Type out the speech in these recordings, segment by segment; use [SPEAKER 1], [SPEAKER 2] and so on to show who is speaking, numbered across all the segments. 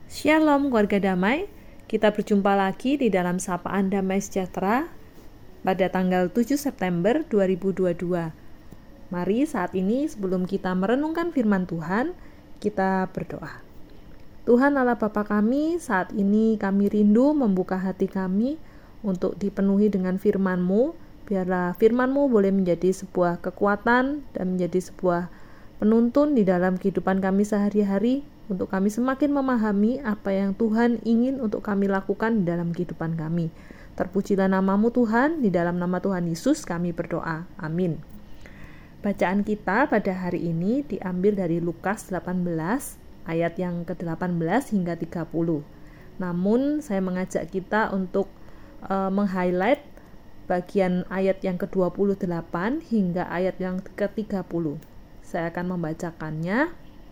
[SPEAKER 1] Shalom keluarga damai, kita berjumpa lagi di dalam Sapaan Damai Sejahtera pada tanggal 7 September 2022. Mari saat ini sebelum kita merenungkan firman Tuhan, kita berdoa. Tuhan Allah Bapa kami, saat ini kami rindu membuka hati kami untuk dipenuhi dengan firman-Mu. Biarlah firman-Mu boleh menjadi sebuah kekuatan dan menjadi sebuah penuntun di dalam kehidupan kami sehari-hari, untuk kami semakin memahami apa yang Tuhan ingin untuk kami lakukan di dalam kehidupan kami. Terpujilah nama-Mu Tuhan, di dalam nama Tuhan Yesus kami berdoa. Amin. Bacaan kita pada hari ini diambil dari Lukas 18 ayat yang ke-18 hingga 30. Namun saya mengajak kita untuk meng-highlight bagian ayat yang ke-28 hingga ayat yang ke-30. Saya akan membacakannya.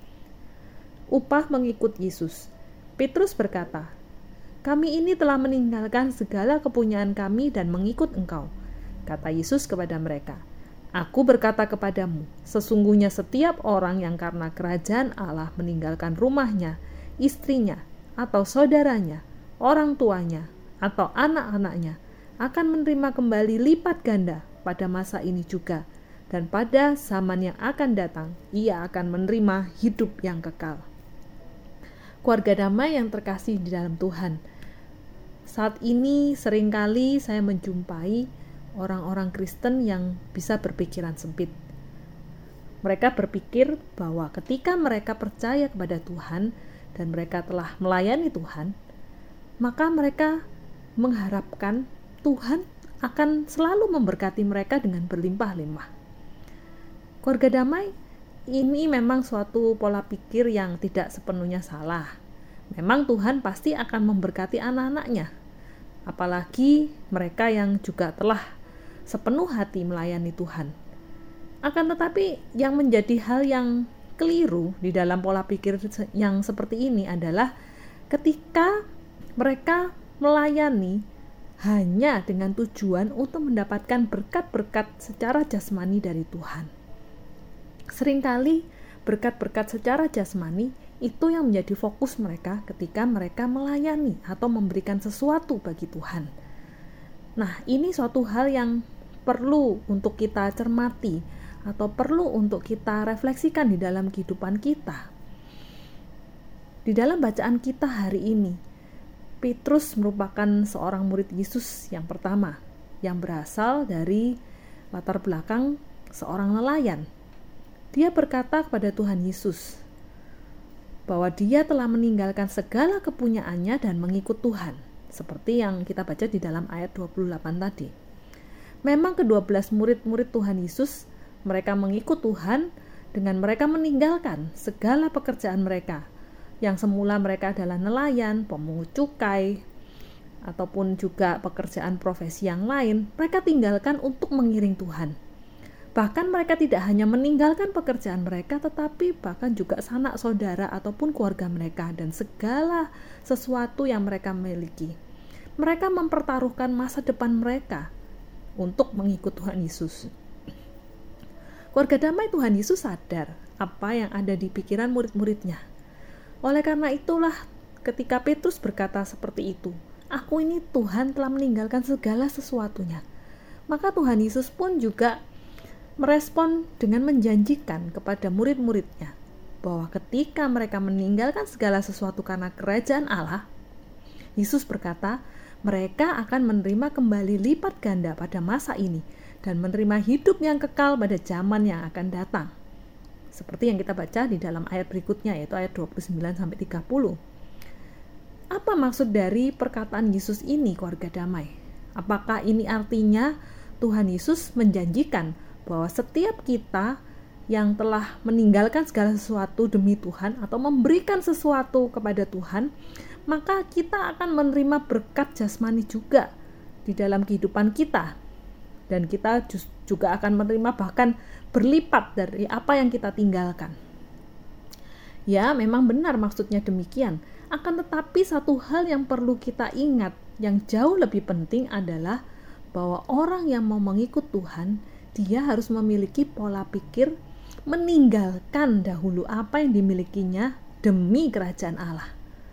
[SPEAKER 1] Upah mengikut Yesus. Petrus berkata, "Kami ini telah meninggalkan segala kepunyaan kami dan mengikut Engkau." Kata Yesus kepada mereka, "Aku berkata kepadamu, sesungguhnya setiap orang yang karena kerajaan Allah meninggalkan rumahnya, istrinya, atau saudaranya, orang tuanya, atau anak-anaknya, akan menerima kembali lipat ganda pada masa ini juga, dan pada zaman yang akan datang, ia akan menerima hidup yang kekal." Keluarga damai yang terkasih di dalam Tuhan, saat ini seringkali saya menjumpai orang-orang Kristen yang bisa berpikiran sempit. Mereka berpikir bahwa ketika mereka percaya kepada Tuhan dan mereka telah melayani Tuhan, maka mereka mengharapkan Tuhan akan selalu memberkati mereka dengan berlimpah-limpah. Keluarga damai, ini memang suatu pola pikir yang tidak sepenuhnya salah. Memang Tuhan pasti akan memberkati anak-anaknya, apalagi mereka yang juga telah sepenuh hati melayani Tuhan. Akan tetapi yang menjadi hal yang keliru di dalam pola pikir yang seperti ini adalah ketika mereka melayani hanya dengan tujuan untuk mendapatkan berkat-berkat secara jasmani dari Tuhan. Seringkali berkat-berkat secara jasmani itu yang menjadi fokus mereka ketika mereka melayani atau memberikan sesuatu bagi Tuhan. Nah, ini suatu hal yang perlu untuk kita cermati atau perlu untuk kita refleksikan di dalam kehidupan kita. Di dalam bacaan kita hari ini, Petrus merupakan seorang murid Yesus yang pertama, yang berasal dari latar belakang seorang nelayan. Dia berkata kepada Tuhan Yesus bahwa dia telah meninggalkan segala kepunyaannya dan mengikut Tuhan, seperti yang kita baca di dalam ayat 28 tadi. Memang ke-12 murid-murid Tuhan Yesus, mereka mengikut Tuhan dengan mereka meninggalkan segala pekerjaan mereka, yang semula mereka adalah nelayan, pemungut cukai, ataupun juga pekerjaan profesi yang lain, mereka tinggalkan untuk mengiring Tuhan. Bahkan mereka tidak hanya meninggalkan pekerjaan mereka, tetapi bahkan juga sanak saudara ataupun keluarga mereka dan segala sesuatu yang mereka miliki. Mereka mempertaruhkan masa depan mereka untuk mengikut Tuhan Yesus. Keluarga damai, Tuhan Yesus sadar apa yang ada di pikiran murid-muridnya. Oleh karena itulah ketika Petrus berkata seperti itu, "Aku ini Tuhan telah meninggalkan segala sesuatunya." Maka Tuhan Yesus pun juga merespon dengan menjanjikan kepada murid-muridnya bahwa ketika mereka meninggalkan segala sesuatu karena kerajaan Allah, Yesus berkata, mereka akan menerima kembali lipat ganda pada masa ini dan menerima hidup yang kekal pada zaman yang akan datang. Seperti yang kita baca di dalam ayat berikutnya, yaitu ayat 29-30. Apa maksud dari perkataan Yesus ini, keluarga damai? Apakah ini artinya Tuhan Yesus menjanjikan bahwa setiap kita yang telah meninggalkan segala sesuatu demi Tuhan atau memberikan sesuatu kepada Tuhan, maka kita akan menerima berkat jasmani juga di dalam kehidupan kita, dan kita juga akan menerima bahkan berlipat dari apa yang kita tinggalkan? Ya, memang benar maksudnya demikian. Akan tetapi satu hal yang perlu kita ingat yang jauh lebih penting adalah bahwa orang yang mau mengikut Tuhan, dia harus memiliki pola pikir meninggalkan dahulu apa yang dimilikinya demi kerajaan Allah.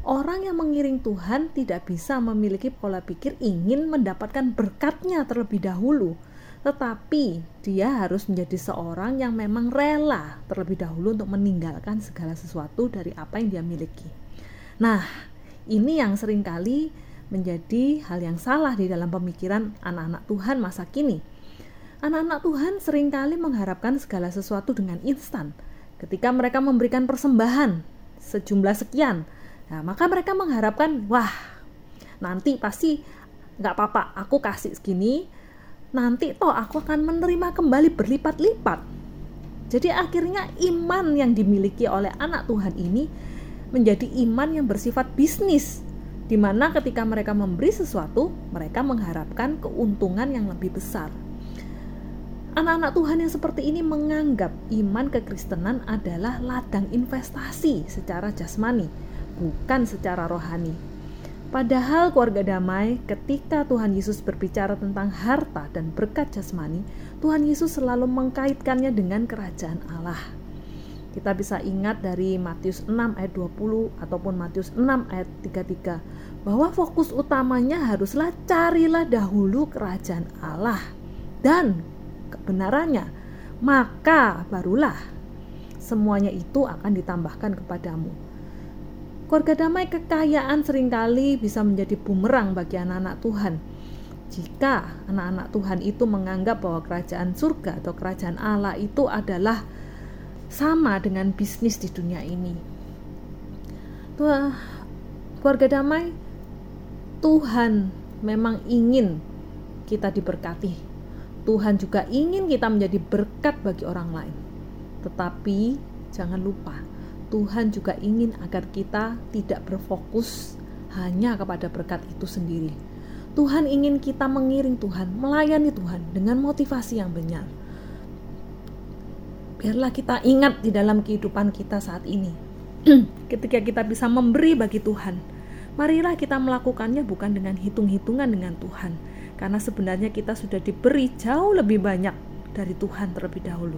[SPEAKER 1] Orang yang mengiring Tuhan tidak bisa memiliki pola pikir ingin mendapatkan berkatnya terlebih dahulu, tetapi dia harus menjadi seorang yang memang rela terlebih dahulu untuk meninggalkan segala sesuatu dari apa yang dia miliki. Nah, ini yang seringkali menjadi hal yang salah di dalam pemikiran anak-anak Tuhan masa kini. Anak-anak Tuhan seringkali mengharapkan segala sesuatu dengan instan. Ketika mereka memberikan persembahan sejumlah sekian, nah, maka mereka mengharapkan, wah, nanti pasti gak apa-apa, aku kasih segini, nanti toh aku akan menerima kembali berlipat-lipat. Jadi akhirnya iman yang dimiliki oleh anak Tuhan ini menjadi iman yang bersifat bisnis, di mana ketika mereka memberi sesuatu, mereka mengharapkan keuntungan yang lebih besar. Anak-anak Tuhan yang seperti ini menganggap iman kekristenan adalah ladang investasi secara jasmani, bukan secara rohani. Padahal keluarga damai, ketika Tuhan Yesus berbicara tentang harta dan berkat jasmani, Tuhan Yesus selalu mengkaitkannya dengan kerajaan Allah. Kita bisa ingat dari Matius 6 ayat 20 ataupun Matius 6 ayat 33, bahwa fokus utamanya haruslah carilah dahulu kerajaan Allah dan kebenarannya, maka barulah semuanya itu akan ditambahkan kepadamu. Keluarga damai, kekayaan seringkali bisa menjadi bumerang bagi anak-anak Tuhan. Jika anak-anak Tuhan itu menganggap bahwa kerajaan surga atau kerajaan Allah itu adalah sama dengan bisnis di dunia ini. Keluarga damai, Tuhan memang ingin kita diberkati. Tuhan juga ingin kita menjadi berkat bagi orang lain. Tetapi jangan lupa, Tuhan juga ingin agar kita tidak berfokus hanya kepada berkat itu sendiri. Tuhan ingin kita mengiring Tuhan, melayani Tuhan dengan motivasi yang benar. Biarlah kita ingat di dalam kehidupan kita saat ini, ketika kita bisa memberi bagi Tuhan, marilah kita melakukannya bukan dengan hitung-hitungan dengan Tuhan, karena sebenarnya kita sudah diberi jauh lebih banyak dari Tuhan terlebih dahulu.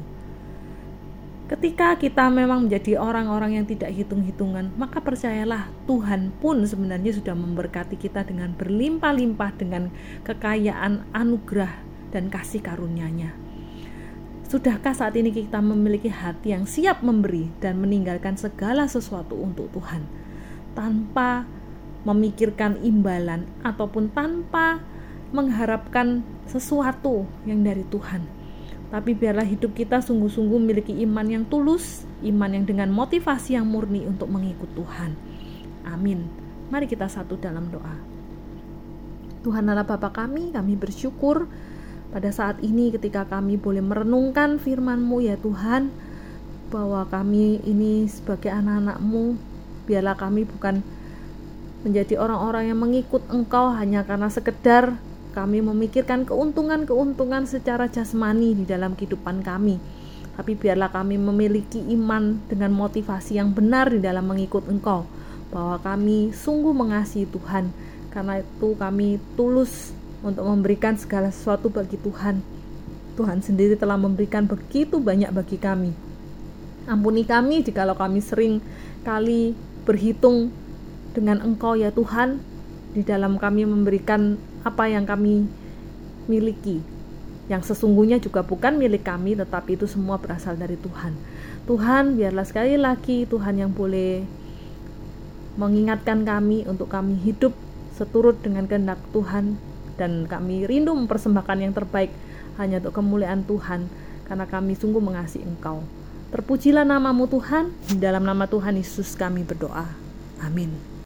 [SPEAKER 1] Ketika kita memang menjadi orang-orang yang tidak hitung-hitungan, maka percayalah Tuhan pun sebenarnya sudah memberkati kita dengan berlimpah-limpah dengan kekayaan anugerah dan kasih karunia-Nya. Sudahkah saat ini kita memiliki hati yang siap memberi dan meninggalkan segala sesuatu untuk Tuhan, tanpa memikirkan imbalan ataupun tanpa mengharapkan sesuatu yang dari Tuhan? Tapi biarlah hidup kita sungguh-sungguh memiliki iman yang tulus, iman yang dengan motivasi yang murni untuk mengikut Tuhan. Amin. Mari kita satu dalam doa. Tuhan Allah Bapa kami bersyukur pada saat ini ketika kami boleh merenungkan firman-Mu ya Tuhan, bahwa kami ini sebagai anak-anak-Mu, biarlah kami bukan menjadi orang-orang yang mengikut Engkau hanya karena sekedar kami memikirkan keuntungan-keuntungan secara jasmani di dalam kehidupan kami. Tapi biarlah kami memiliki iman dengan motivasi yang benar di dalam mengikut Engkau, bahwa kami sungguh mengasihi Tuhan. Karena itu kami tulus untuk memberikan segala sesuatu bagi Tuhan. Tuhan sendiri telah memberikan begitu banyak bagi kami. Ampuni kami jikalau kami sering kali berhitung dengan Engkau ya Tuhan, di dalam kami memberikan apa yang kami miliki, yang sesungguhnya juga bukan milik kami, tetapi itu semua berasal dari Tuhan. Tuhan, biarlah sekali lagi Tuhan yang boleh mengingatkan kami untuk kami hidup seturut dengan kehendak Tuhan, dan kami rindu mempersembahkan yang terbaik hanya untuk kemuliaan Tuhan, karena kami sungguh mengasihi Engkau. Terpujilah nama-Mu Tuhan, di dalam nama Tuhan Yesus kami berdoa. Amin.